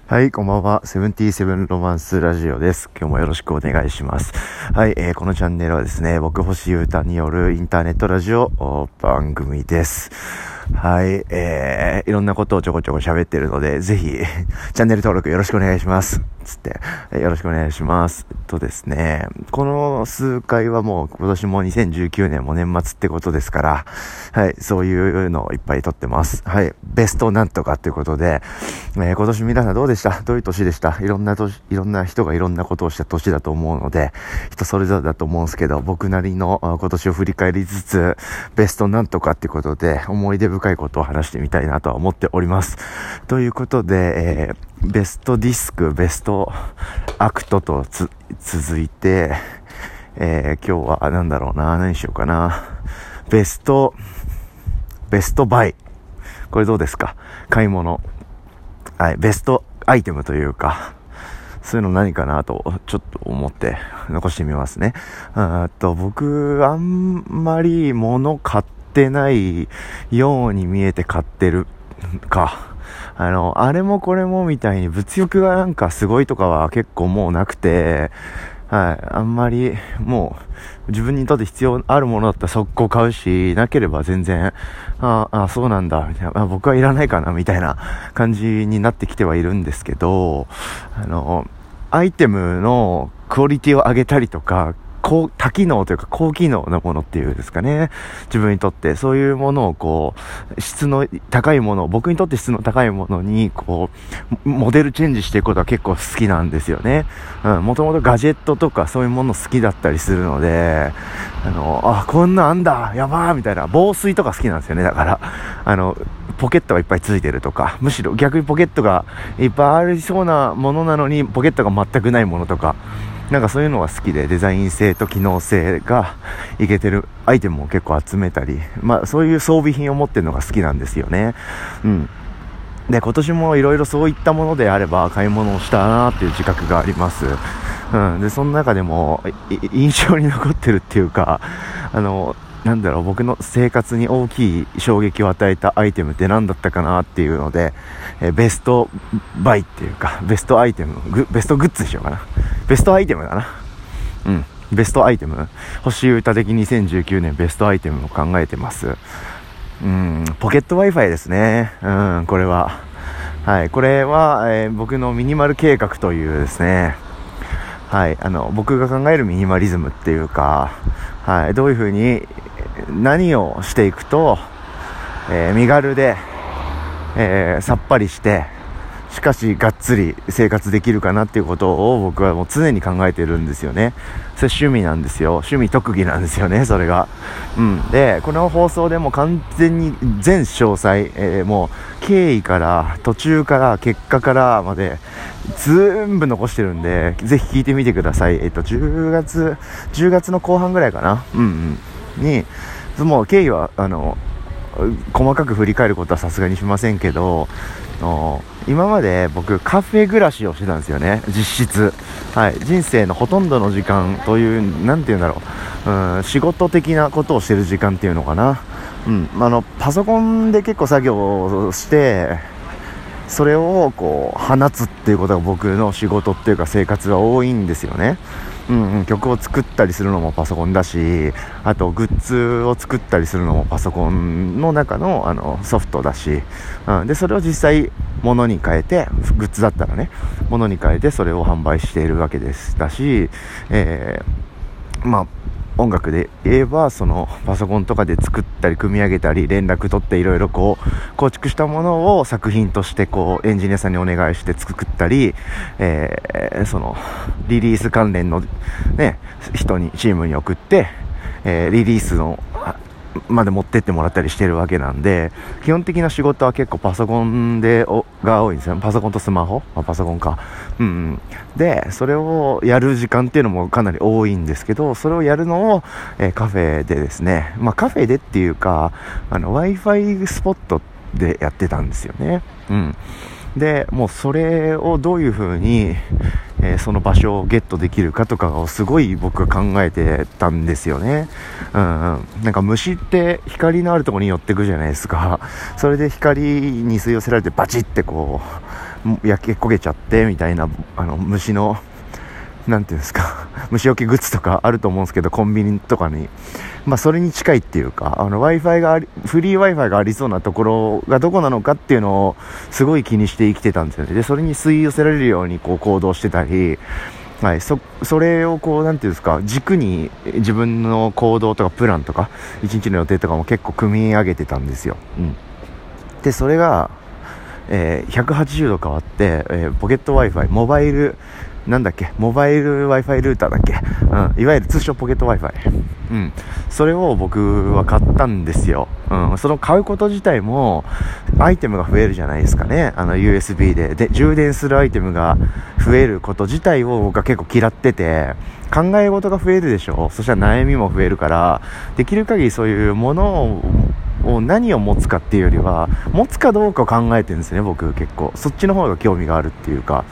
はい、こんばんは。セブンティーセブンロマンスラジオです。今日もよろしくお願いします。はい、このチャンネルはですね、僕星優太によるインターネットラジオ番組です。はい、いろんなことをちょこちょこ喋ってるので、ぜひ、チャンネル登録よろしくお願いします。つって、よろしくお願いします。ですね、この数回はもう今年も2019年も年末ってことですから、はい、そういうのをいっぱい撮ってます。はい、ベストなんとかっていうことで、今年皆さんどうでした？どういう年でした？いろんな人がいろんなことをした年だと思うので、人それぞれだと思うんですけど、僕なりの今年を振り返りつつ、ベストなんとかっていうことで、思い出深いことを話してみたいなとは思っております。ということで、ベストディスク、ベストアクトと続いて、今日は何しようかな。ベストバイ。これどうですか？買い物。はい、ベストアイテムというか、そういうの何かなとちょっと思って残してみますね。僕あんまり物買ってないように見えて買ってるか。あれもこれもみたいに物欲がなんかすごいとかは結構もうなくて、はい、あんまりもう自分にとって必要あるものだったら速攻買うし、なければ全然そうなんだみたいな、僕はいらないかなみたいな感じになってきてはいるんですけど、アイテムのクオリティを上げたりとか、多機能というか高機能なものっていうんですかね、自分にとってそういうものを質の高いもの、僕にとって質の高いものにモデルチェンジしていくことは結構好きなんですよね。もともとガジェットとかそういうもの好きだったりするので、こんなんあんだやばーみたいな、防水とか好きなんですよね。だからポケットがいっぱいついてるとか、むしろ逆にポケットがいっぱいありそうなものなのにポケットが全くないものとか、なんかそういうのが好きで、デザイン性と機能性がいけてるアイテムを結構集めたり、そういう装備品を持ってるのが好きなんですよね。で、今年もいろいろそういったものであれば買い物をしたなっていう自覚があります。で、その中でも印象に残ってるっていうか、僕の生活に大きい衝撃を与えたアイテムって何だったかなっていうので、ベストバイっていうか、ベストアイテム、ベストグッズにしようかな。ベストアイテムだな。ベストアイテム。星歌的2019年ベストアイテムを考えてます。ポケット Wi-Fi ですね。これは。はい、これは、僕のミニマル計画というですね、はい、僕が考えるミニマリズムっていうか、はい、どういう風に何をしていくと、身軽で、さっぱりしてしかしがっつり生活できるかなっていうことを僕はもう常に考えてるんですよね。それ趣味なんですよ。趣味特技なんですよね、それが。で、この放送でも完全に全詳細、もう経緯から途中から結果からまで全部残してるんで、ぜひ聞いてみてください。10月の後半ぐらいかな。に、もう経緯は細かく振り返ることはさすがにしませんけど、今まで僕カフェ暮らしをしてたんですよね、実質。はい、人生のほとんどの時間という、なんていうんだろう、仕事的なことをしてる時間っていうのかな。パソコンで結構作業をして、それを放つっていうことが僕の仕事っていうか生活が多いんですよね。曲を作ったりするのもパソコンだし、あとグッズを作ったりするのもパソコンの中のソフトだし、でそれを実際物に変えて、グッズだったらね、物に変えてそれを販売しているわけでしたし、音楽で言えばそのパソコンとかで作ったり組み上げたり連絡取っていろいろ構築したものを作品としてエンジニアさんにお願いして作ったり、そのリリース関連のねチームに送って、リリースのまで持ってってもらったりしてるわけなんで、基本的な仕事は結構パソコンが多いんですよ。パソコンとスマホ、パソコンか。で、それをやる時間っていうのもかなり多いんですけど、それをやるのを、カフェでですね、カフェでっていうか、Wi-Fi スポットでやってたんですよね。で、もうそれをどういう風に、その場所をゲットできるかとかをすごい僕は考えてたんですよね。なんか虫って光のあるところに寄ってくじゃないですか。それで光に吸い寄せられてバチって焼け焦げちゃってみたいな、虫のなんていうんですか虫除けグッズとかあると思うんですけど、コンビニとかに、それに近いっていうか、Wi-Fi がフリー Wi-Fi がありそうなところがどこなのかっていうのをすごい気にして生きてたんですよね。でそれに吸い寄せられるようにこう行動してたり、はい、それをこうなんていうんですか、軸に自分の行動とかプランとか一日の予定とかも結構組み上げてたんですよ。でそれが、180度変わって、ポケット Wi-Fi モバイル Wi-Fi ルーターだっけ、いわゆる通称ポケット Wi-Fi、それを僕は買ったんですよ。その買うこと自体もアイテムが増えるじゃないですかね。USB で充電するアイテムが増えること自体を僕は結構嫌ってて、考え事が増えるでしょ。そしたら悩みも増えるから、できる限りそういうものを何を持つかっていうよりは持つかどうかを考えてるんですね。僕結構そっちの方が興味があるっていうか、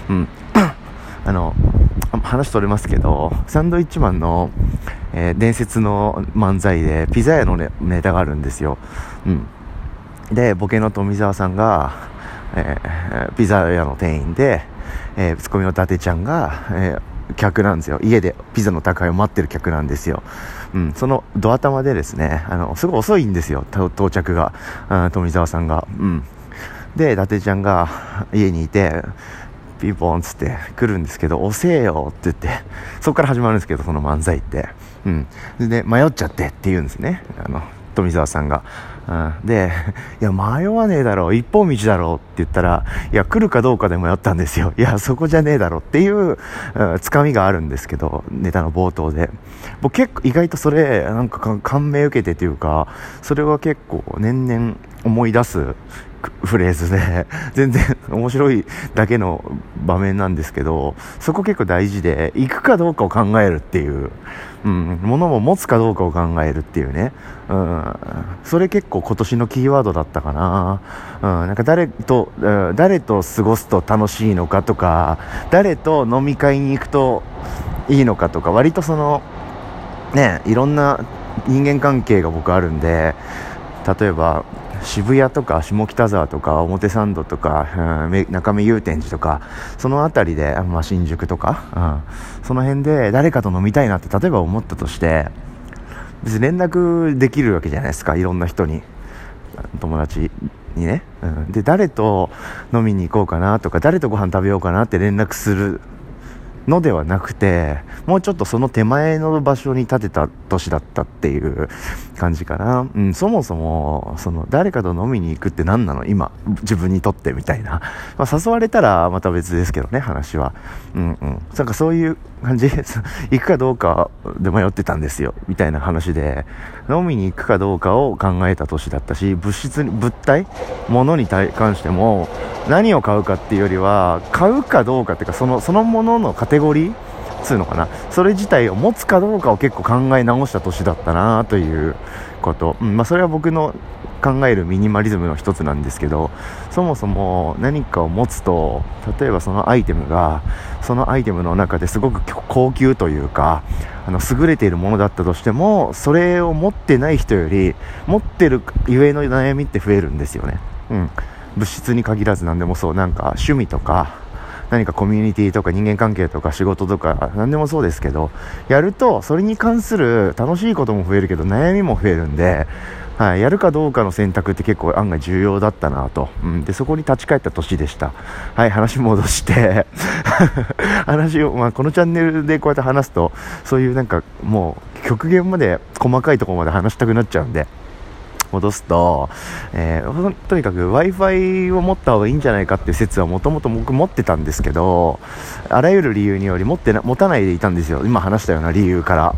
話取れますけど、サンドイッチマンの、伝説の漫才でピザ屋の、ネタがあるんですよ。でボケの富澤さんが、ピザ屋の店員で、ツッコミの伊達ちゃんが、客なんですよ。家でピザの宅配を待ってる客なんですよ。そのドア玉でですね、すごい遅いんですよ、到着が、富澤さんが。で伊達ちゃんが家にいてピンポンつって来るんですけど、遅えよって言って、そこから始まるんですけど、その漫才って、で迷っちゃってって言うんですね、富澤さんが。で、いや迷わねえだろう、一本道だろうって言ったら、いや来るかどうかで迷ったんですよ、いやそこじゃねえだろうっていう、つかみがあるんですけど、ネタの冒頭で僕結構意外とそれなんか感銘受けてというか、それは結構年々思い出すフレーズで、全然面白いだけの場面なんですけど、そこ結構大事で、行くかどうかを考えるっていう、物も持つかどうかを考えるっていうね、それ結構今年のキーワードだったかな。なんか誰と過ごすと楽しいのかとか、誰と飲み会に行くといいのかとか、割とそのね、いろんな人間関係が僕あるんで、例えば渋谷とか下北沢とか表参道とか、中目祐天寺とか、その辺りで、新宿とか、その辺で誰かと飲みたいなって例えば思ったとして、別に連絡できるわけじゃないですか、いろんな人に、友達にね、で誰と飲みに行こうかなとか、誰とご飯食べようかなって連絡するのではなくて、もうちょっとその手前の場所に立てた年だったっていう感じかな。そもそもその誰かと飲みに行くって何なの今自分にとってみたいな、誘われたらまた別ですけどね、話は。なんかそういう感じ行くかどうかで迷ってたんですよみたいな話で、飲みに行くかどうかを考えた年だったし、物体物に関しても何を買うかっていうよりは、買うかどうかっていうか、そのもののカテゴリーつうのかな、それ自体を持つかどうかを結構考え直した年だったなということ。それは僕の考えるミニマリズムの一つなんですけど、そもそも何かを持つと、例えばそのアイテムがそのアイテムの中ですごく高級というか、優れているものだったとしても、それを持ってない人より持ってるゆえの悩みって増えるんですよね。物質に限らず何でもそう、なんか趣味とか何かコミュニティとか人間関係とか仕事とか何でもそうですけど、やるとそれに関する楽しいことも増えるけど悩みも増えるんで、やるかどうかの選択って結構案外重要だったなと、でそこに立ち返った年でした。話戻して話を、このチャンネルでこうやって話すと、そういうなんかもう極限まで細かいところまで話したくなっちゃうんで戻すと、とにかく Wi-Fi を持った方がいいんじゃないかっていう説はもともと僕持ってたんですけど、あらゆる理由により持たないでいたんですよ。今話したような理由から、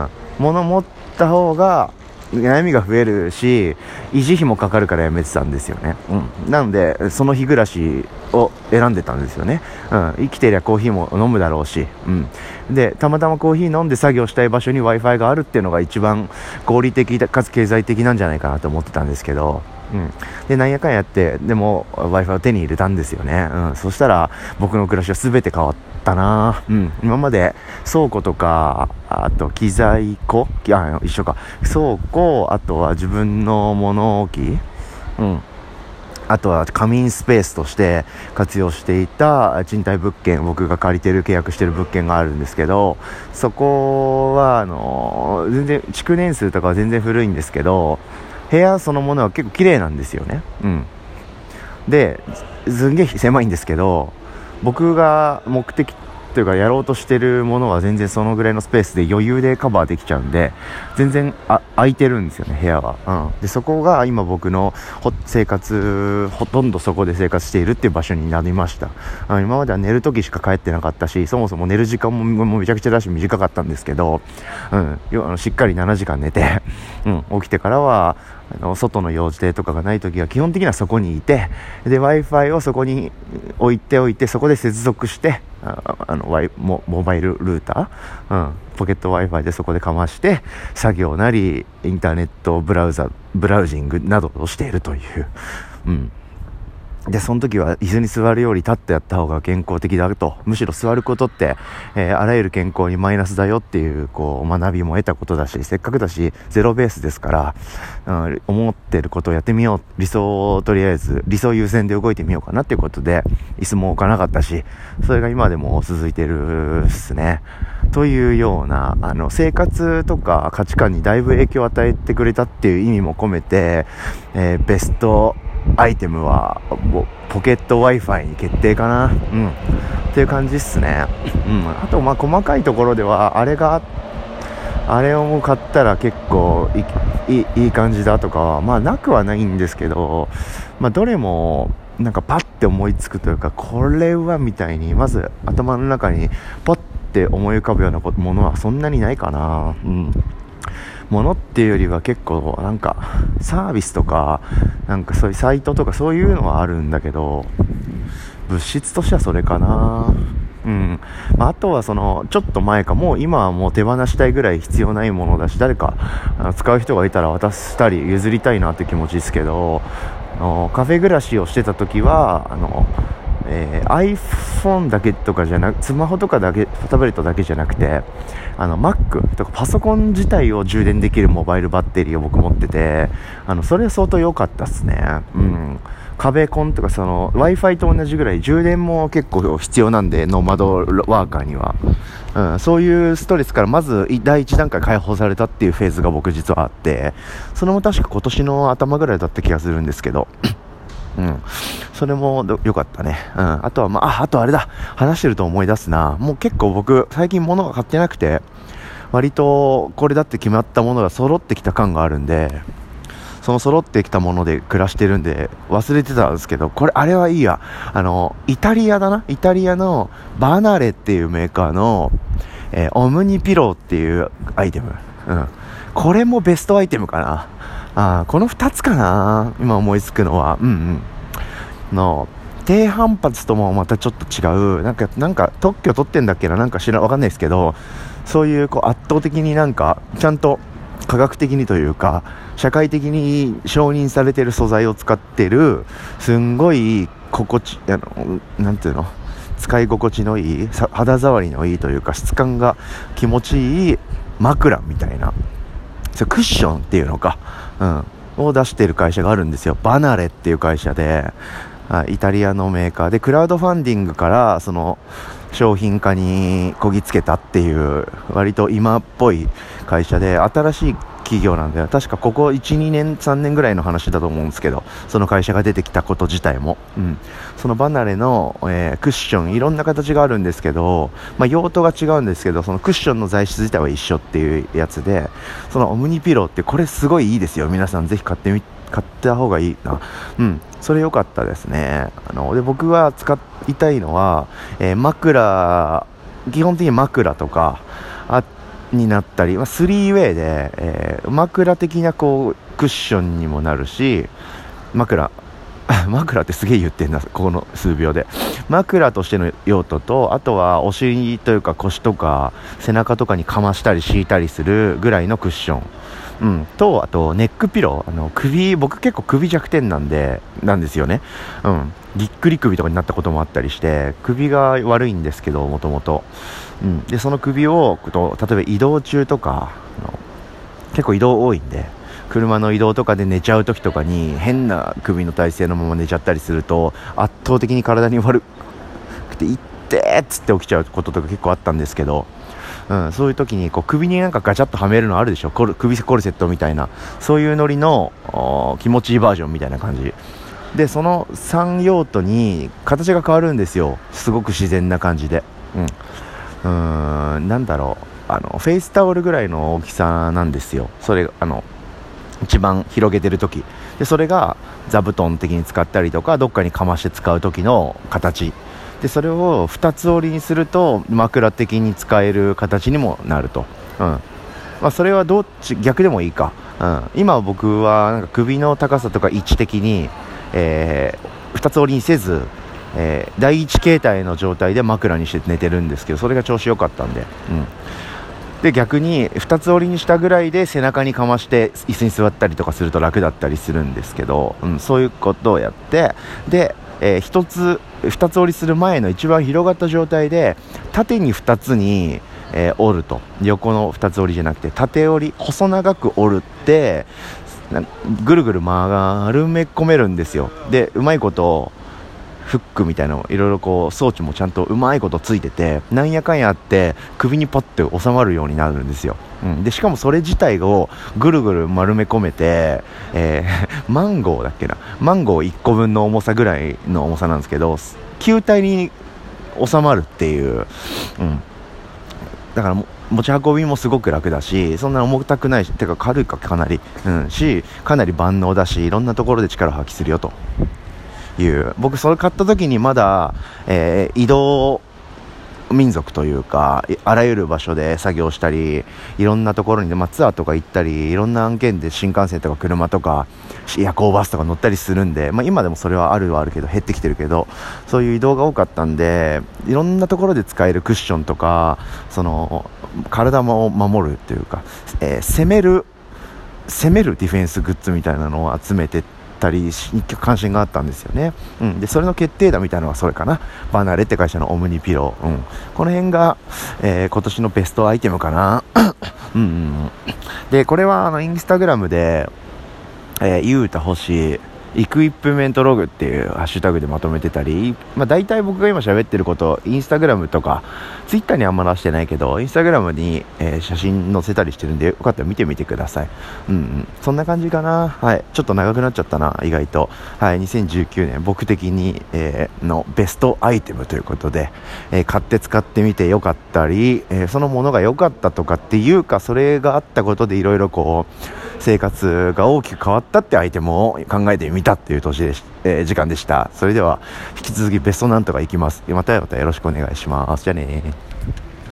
物持った方が悩みが増えるし、維持費もかかるからやめてたんですよね。なのでその日暮らしを選んでたんですよね。生きていりゃコーヒーも飲むだろうし、でたまたまコーヒー飲んで作業したい場所に Wi-Fi があるっていうのが一番合理的かつ経済的なんじゃないかなと思ってたんですけど、でなんやかんやってでも Wi-Fi を手に入れたんですよね。そしたら僕の暮らしは全て変わったな。今まで倉庫とか、あと機材庫、一緒か、倉庫、あとは自分の物置、 あとは仮眠スペースとして活用していた賃貸物件、僕が借りてる契約してる物件があるんですけど、そこは全然築年数とかは全然古いんですけど、部屋そのものは結構綺麗なんですよね。ですんげえ狭いんですけど、僕が目的というかやろうとしてるものは全然そのぐらいのスペースで余裕でカバーできちゃうんで、全然空いてるんですよね、部屋は。でそこが今僕の生活、ほとんどそこで生活しているっていう場所になりました。今までは寝る時しか帰ってなかったし、そもそも寝る時間もめちゃくちゃだし短かったんですけど、しっかり7時間寝て、起きてからは外の用事とかがない時は基本的にはそこにいて、で Wi-Fi をそこに置いてそこで接続してモバイルルーター、ポケット Wi-Fi でそこでかまして作業なりインターネットブラウジングなどをしているという、でその時は椅子に座るより立ってやった方が健康的だと、むしろ座ることって、あらゆる健康にマイナスだよっていう学びも得たことだし、せっかくだしゼロベースですから、思ってることをやってみよう、理想優先で動いてみようかなっていうことで椅子も置かなかったし、それが今でも続いてるっすね。というような生活とか価値観にだいぶ影響を与えてくれたっていう意味も込めて、ベストアイテムはポケット Wi-Fi に決定かな、っていう感じっすね。あと細かいところではあれを買ったら結構いい感じだとかはなくはないんですけど、どれもなんかパッて思いつくというか、これはみたいにまず頭の中にパッて思い浮かぶようなものはそんなにないかな。ものっていうよりは結構なんかサービスとかなんかそういうサイトとかそういうのはあるんだけど、物質としてはそれかな。あとはちょっと前か、今はもう手放したいぐらい必要ないものだし、誰か使う人がいたら渡したり譲りたいなって気持ちですけど、カフェ暮らしをしてた時はiPhone だけとかじゃなく、スマホとかだけ、タブレットだけじゃなくてMac とかパソコン自体を充電できるモバイルバッテリーを僕持ってて、それは相当良かったっすね。壁コンとかWi-Fi と同じぐらい充電も結構必要なんで、ノマドワーカーには、そういうストレスからまず第一段階解放されたっていうフェーズが僕実はあって、それも確か今年の頭ぐらいだった気がするんですけど、それも良かったね。あとはあとあれだ、話してると思い出すな。もう結構僕最近物が買ってなくて、割とこれだって決まったものが揃ってきた感があるんで、その揃ってきたもので暮らしてるんで忘れてたんですけど、あれはいいや。イタリアのバナレっていうメーカーの、オムニピローっていうアイテム、これもベストアイテムかな。この2つかな、今思いつくのは。低反発ともまたちょっと違う、なんか特許取ってんだっけな、なんかわかんないですけど、そういう圧倒的になんかちゃんと科学的にというか社会的に承認されてる素材を使ってる、すんごいなんていうの、使い心地のいい、肌触りのいいというか質感が気持ちいい枕みたいな、クッションっていうのか、を出している会社があるんですよ。バナレっていう会社で、イタリアのメーカーでクラウドファンディングからその商品化にこぎつけたっていう割と今っぽい会社で、新しい企業なんだよ。確かここ 1,2 年3年ぐらいの話だと思うんですけど、その会社が出てきたこと自体も、そのバナレの、クッション、いろんな形があるんですけど、用途が違うんですけど、そのクッションの材質自体は一緒っていうやつで、そのオムニピローってこれすごいいいですよ。皆さんぜひ買った方がいいな。それ良かったですね。で僕が使いたいのは、枕、基本的に枕とかになったり、3ウェイで、枕的なクッションにもなるし、枕ってすげえ言ってんだ、この数秒で。枕としての用途と、あとはお尻というか腰とか背中とかにかましたり敷いたりするぐらいのクッション、と、あとネックピロー、僕結構首弱点なんですよね。ぎっくり首とかになったこともあったりして首が悪いんですけど、もともと。でその首を例えば移動中とか結構移動多いんで、 車の移動とかで寝ちゃう時とかに変な首の体勢のまま寝ちゃったりすると圧倒的に体に悪くていってーっつって起きちゃうこととか結構あったんですけど、そういう時にこう首になんかガチャッとはめるのあるでしょ、首コルセットみたいな、そういうノリの気持ちいいバージョンみたいな感じで、その3用途に形が変わるんですよ、すごく自然な感じで。なんだろう、フェイスタオルぐらいの大きさなんですよ、それ一番広げてる時で、それが座布団的に使ったりとかどっかにかまして使う時の形で、それを2つ折りにすると枕的に使える形にもなると。それはどっち逆でもいいか。今僕はなんか首の高さとか位置的に、2つ折りにせず、第一形態の状態で枕にして寝てるんですけど、それが調子良かったんで、で逆に2つ折りにしたぐらいで背中にかまして椅子に座ったりとかすると楽だったりするんですけど、そういうことをやって、で、2つ折りする前の一番広がった状態で縦に2つに、折ると、横の2つ折りじゃなくて縦折り、細長く折るってぐるぐる丸め込めるんですよ。でうまいことフックみたいなのいろいろこう装置もちゃんとうまいことついてて、なんやかんやあって首にポッて収まるようになるんですよ。でしかもそれ自体をぐるぐる丸め込めて、マンゴー1個分の重さぐらいの重さなんですけど、球体に収まるっていう、だから持ち運びもすごく楽だし、そんな重たくないし、てか軽いかかなり、かなり万能だし、いろんなところで力を発揮するよという。僕それ買った時にまだ、移動民族というか、あらゆる場所で作業したり、いろんなところに、ツアーとか行ったり、いろんな案件で新幹線とか車とか夜行バスとか乗ったりするんで、今でもそれはあるけど減ってきてるけど、そういう移動が多かったんで、いろんなところで使えるクッションとか、その体も守るというか、攻めるディフェンスグッズみたいなのを集めてたり関心があったんですよね。でそれの決定打みたいなのがそれかな、バナレって会社のオムニピロー、この辺が、今年のベストアイテムかな。でこれはインスタグラムで、ゆうた星イクイプメントログっていうハッシュタグでまとめてたり、大体僕が今喋ってることインスタグラムとかツイッターにあんま出してないけど、インスタグラムに、写真載せたりしてるんで、よかったら見てみてください。そんな感じかな。ちょっと長くなっちゃったな、意外と。2019年僕的に、のベストアイテムということで、買って使ってみてよかったり、そのものが良かったとかっていうか、それがあったことでいろいろこう生活が大きく変わったってアイテムを考えてみたっていう時間でした。それでは引き続きベストなんとかいきます。またよろしくお願いします。じゃあね。